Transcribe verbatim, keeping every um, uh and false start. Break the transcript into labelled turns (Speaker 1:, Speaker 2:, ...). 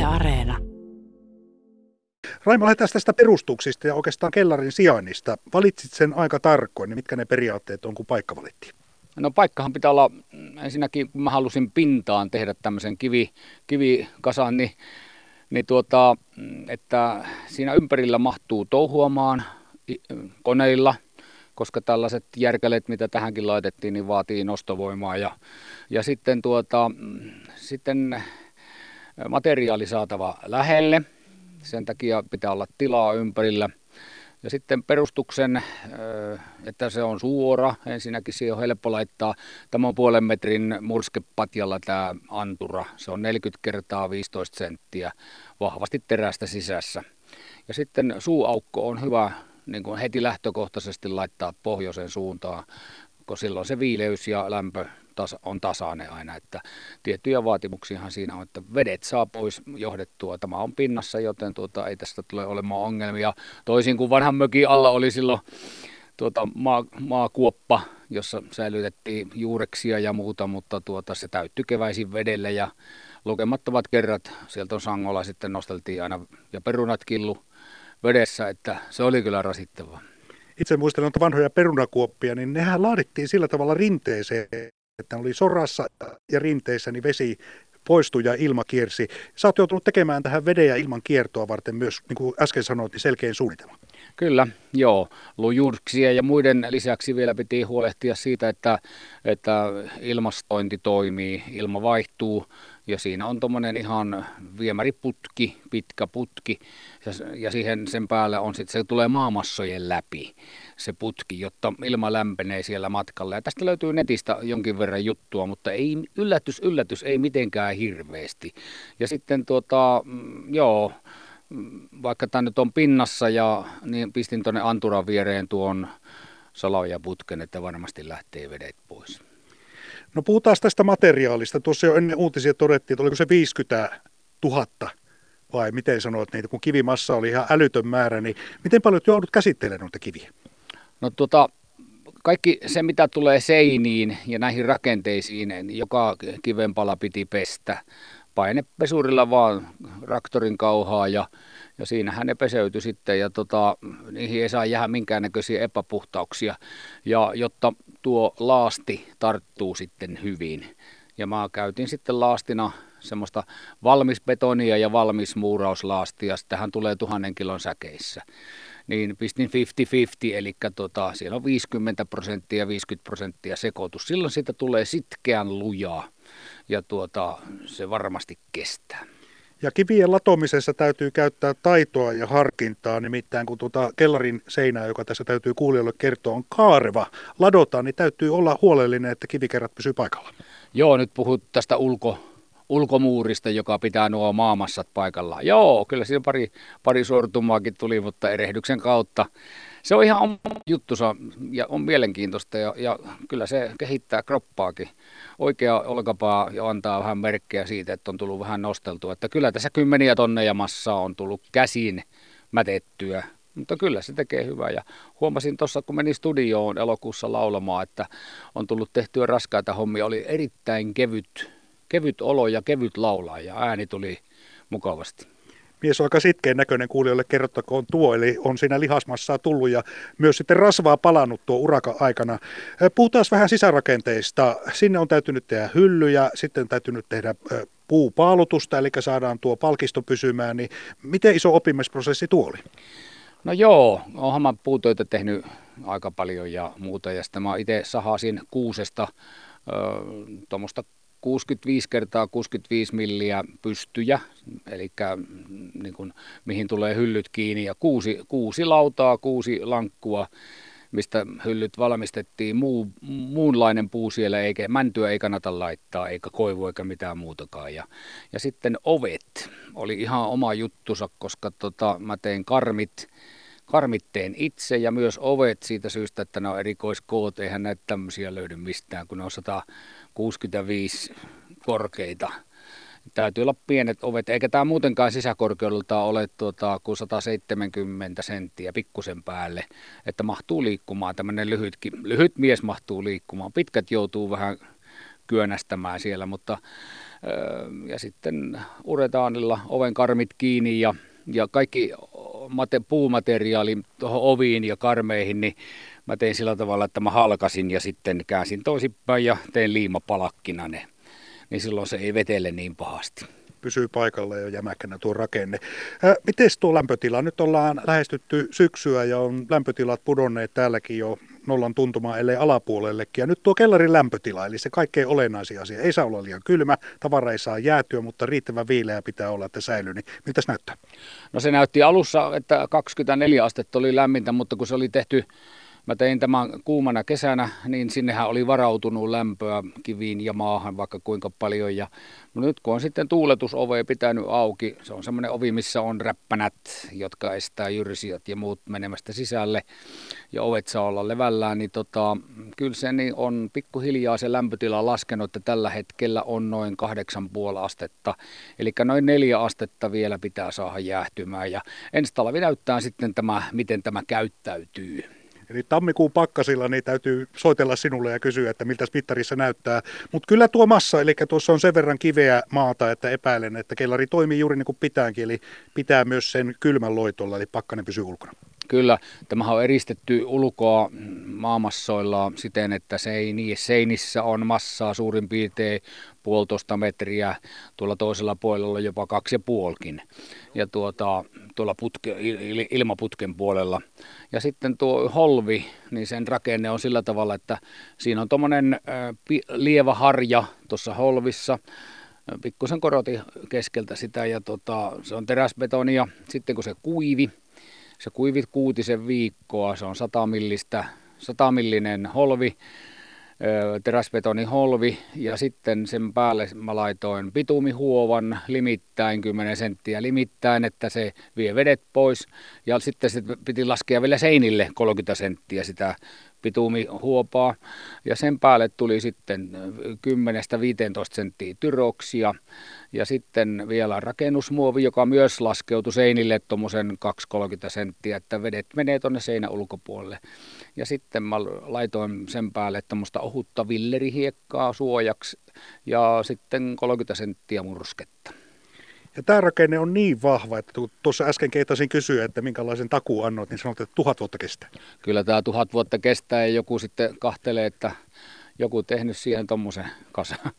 Speaker 1: Areena.
Speaker 2: Raimo, lähdetään tästä perustuksista ja oikeastaan kellarin sijainnista. Valitsit sen aika tarkoin, niin mitkä ne periaatteet on, kun paikka valittiin?
Speaker 3: No paikkahan pitää olla, ensinnäkin kun mä halusin pintaan tehdä tämmöisen kivi, kivikasan, niin, niin tuota, että siinä ympärillä mahtuu touhuamaan koneilla, koska tällaiset järkälet, mitä tähänkin laitettiin, niin vaatii nostovoimaa. Ja, ja sitten, tuota, sitten materiaali saatava lähelle, sen takia pitää olla tilaa ympärillä. Ja sitten perustuksen, että se on suora, ensinnäkin siihen on helppo laittaa. Tämä on puolen metrin murskepatjalla tämä antura, se on neljäkymmentä kertaa viisitoista senttiä, vahvasti terästä sisässä. Ja sitten suuaukko on hyvä niin kuin heti lähtökohtaisesti laittaa pohjoisen suuntaan, koska silloin se viileys ja lämpö on tasainen aina, että tiettyjä vaatimuksiahan siinä on, että vedet saa pois johdettua. Tämä on pinnassa, joten tuota, ei tästä tule olemaan ongelmia. Toisin kuin vanhan mökin alla oli silloin tuota, maa, maakuoppa, jossa säilytettiin juureksia ja muuta, mutta tuota, se täyttyi keväisin vedellä ja lukemattomat kerrat sieltä on sangolla sitten nosteltiin aina ja perunat killu vedessä, että se oli kyllä rasittavaa.
Speaker 2: Itse muistelen noita vanhoja perunakuoppia, niin nehän laadittiin sillä tavalla rinteeseen, että oli sorassa ja rinteissä, niin vesi poistui ja ilma kiersi. Sä oot joutunut tekemään tähän veden ja ilman kiertoa varten myös, niin kuin äsken sanoit, niin selkeän suunnitelma.
Speaker 3: Kyllä, joo. Lujuuksien ja muiden lisäksi vielä piti huolehtia siitä, että, että ilmastointi toimii, ilma vaihtuu ja siinä on tuommoinen ihan viemäriputki, pitkä putki ja, ja siihen sen päällä on sitten, se tulee maamassojen läpi se putki, jotta ilma lämpenee siellä matkalla. Ja tästä löytyy netistä jonkin verran juttua, mutta ei, yllätys, yllätys, ei mitenkään hirveästi. Ja sitten tuota, joo, vaikka tämä nyt on pinnassa ja niin pistin tuonne anturan viereen tuon salojaputken, että varmasti lähtee vedet pois.
Speaker 2: No puhutaan tästä materiaalista. Tuossa jo ennen uutisia todettiin, että oliko se viisikymmentätuhatta vai miten sanoit niitä, kun kivimassa oli ihan älytön määrä, niin miten paljon joudut käsittelemään noita kiviä?
Speaker 3: No tuota, kaikki se mitä tulee seiniin ja näihin rakenteisiin, niin joka kivenpala piti pestä. Painepesurilla vaan traktorin kauhaa ja, ja siinähän ne peseytyi sitten ja tota, niihin ei saa jäädä minkäännäköisiä epäpuhtauksia, ja jotta tuo laasti tarttuu sitten hyvin. Ja mä käytin sitten laastina semmoista valmisbetonia ja valmismuurauslaastia, sitähän tulee tuhannen kilon säkeissä. Niin pistin viisikymmentä viisikymmentä, eli tota, siellä on viisikymmentä prosenttia ja viisikymmentä prosenttia sekoitus. Silloin siitä tulee sitkeän lujaa ja tuota, se varmasti kestää.
Speaker 2: Ja kivien latomisessa täytyy käyttää taitoa ja harkintaa, nimittäin kun tuota kellarin seinää, joka tässä täytyy kuulijoille kertoa, on kaareva, ladotaan, niin täytyy olla huolellinen, että kivikerrat pysyy paikalla.
Speaker 3: Joo, nyt puhut tästä ulko, ulkomuurista, joka pitää nuo maamassat paikallaan. Joo, kyllä siinä pari, pari sortumaakin tuli, mutta erehdyksen kautta. Se on ihan oma juttusa ja on mielenkiintoista ja, ja kyllä se kehittää kroppaakin. Oikea olkapää ja antaa vähän merkkejä siitä, että on tullut vähän nosteltua. Että kyllä tässä kymmeniä tonneja massaa on tullut käsin mätettyä, mutta kyllä se tekee hyvää. Ja huomasin tuossa, kun menin studioon elokuussa laulamaan, että on tullut tehtyä raskaita hommia. Oli erittäin kevyt, kevyt olo ja kevyt laulaa ja ääni tuli mukavasti.
Speaker 2: Mies on aika sitkeän näköinen, kuulijoille kerrottakoon tuo, eli on siinä lihasmassaa tullut ja myös sitten rasvaa palannut tuo urakan aikana. Puhutaan vähän sisärakenteista. Sinne on täytynyt tehdä hyllyjä, sitten on täytynyt tehdä puupaalutusta, eli saadaan tuo palkisto pysymään. Niin miten iso oppimisprosessi tuo oli?
Speaker 3: No joo, oonhan mä puutöitä tehnyt aika paljon ja muuta, ja sitten mä itse sahasin kuusesta tuommoista kuusikymmentäviisi kertaa kuusikymmentäviisi milliä pystyjä, eli niin kuin, mihin tulee hyllyt kiinni, ja kuusi, kuusi lautaa, kuusi lankkua, mistä hyllyt valmistettiin. Muu, muunlainen puu siellä, eikä mäntyä ei kannata laittaa, eikä koivu eikä mitään muutakaan. Ja, ja sitten ovet oli ihan oma juttusa, koska tota, mä tein karmit, karmitteen itse ja myös ovet siitä syystä, että ne on erikoiskoot, eihän näitä tämmöisiä löydy mistään, kun ne on sata kuusikymmentäviisi korkeita. Täytyy olla pienet ovet, eikä tämä muutenkaan sisäkorkeudeltaan ole tuota, kuin sata seitsemänkymmentä senttiä pikkusen päälle, että mahtuu liikkumaan, tämmöinen lyhytkin, lyhyt mies mahtuu liikkumaan, pitkät joutuu vähän kyönästämään siellä, mutta ja sitten uretaanilla oven karmit kiinni ja, ja kaikki mate, puumateriaali tuohon oviin ja karmeihin, niin mä tein sillä tavalla, että mä halkasin ja sitten käänsin toisinpäin ja tein liimapalakkina ne, niin silloin se ei vetele niin pahasti.
Speaker 2: Pysyy paikalla ja jämäkkänä tuo rakenne. Miten tuo lämpötila? Nyt ollaan lähestytty syksyä ja on lämpötilat pudonneet täälläkin jo nollan tuntumaan, ellei alapuolellekin. Ja nyt tuo kellarin lämpötila, eli se kaikkein olennaisin asia. Ei saa olla liian kylmä, tavara ei saa jäätyä, mutta riittävän viileä pitää olla, että säilyy. Niin miltä se näyttää?
Speaker 3: No se näytti alussa, että kaksikymmentäneljä astetta oli lämmintä, mutta kun se oli tehty, mä tein tämän kuumana kesänä, niin sinnehän oli varautunut lämpöä kiviin ja maahan vaikka kuinka paljon. Ja nyt kun on sitten tuuletusove pitänyt auki, se on semmoinen ovi, missä on räppänät, jotka estää jyrsijät ja muut menemästä sisälle. Ja ovet saa olla levällään, niin tota, kyllä se niin on pikkuhiljaa se lämpötila laskenut, että tällä hetkellä on noin kahdeksan pilkku viisi astetta. Eli noin neljä astetta vielä pitää saada jäähtymään. Ja ensi talvi näyttää sitten tämä, miten tämä käyttäytyy.
Speaker 2: Eli tammikuun pakkasilla niin täytyy soitella sinulle ja kysyä, että miltä mittarissa näyttää. Mutta kyllä tuo massa, eli tuossa on sen verran kiveä maata, että epäilen, että kellari toimii juuri niin kuin pitääkin, eli pitää myös sen kylmän loitolla, eli pakkanen pysyy ulkona.
Speaker 3: Kyllä, tämähän on eristetty ulkoa maamassoilla siten, että seini, seinissä on massaa suurin piirtein puolitoista metriä, tuolla toisella puolella jopa kaksi ja puolikin, ja tuota, tuolla putke, il, ilmaputken puolella. Ja sitten tuo holvi, niin sen rakenne on sillä tavalla, että siinä on tuommoinen lievä harja tuossa holvissa, pikkusen korotin keskeltä sitä, ja tota, se on teräsbetonia, sitten kun se kuivi, se kuivit kuutisen viikkoa, se on satamillistä, satamillinen holvi, teräsbetoniholvi, ja sitten sen päälle mä laitoin bitumihuovan limittäin, kymmenen senttiä limittäin, että se vie vedet pois, ja sitten se piti laskea vielä seinille kolmekymmentä senttiä sitä bitumihuopaa, ja sen päälle tuli sitten kymmenestä viiteentoista senttiä tyroksia, ja sitten vielä rakennusmuovi, joka myös laskeutui seinille tuommoisen kaksi kolmekymmentä senttiä, että vedet menee tuonne seinän ulkopuolelle. Ja sitten mä laitoin sen päälle tuommoista ohutta villerihiekkaa suojaksi ja sitten kolmekymmentä senttiä mursketta.
Speaker 2: Ja tämä rakenne on niin vahva, että tuossa äsken keitasin kysyä, että minkälaisen takuu annoit, niin sanot, että tuhat vuotta kestää.
Speaker 3: Kyllä tämä tuhat vuotta kestää ja joku sitten kahtelee, että joku tehnyt siihen tuommoisen kasan.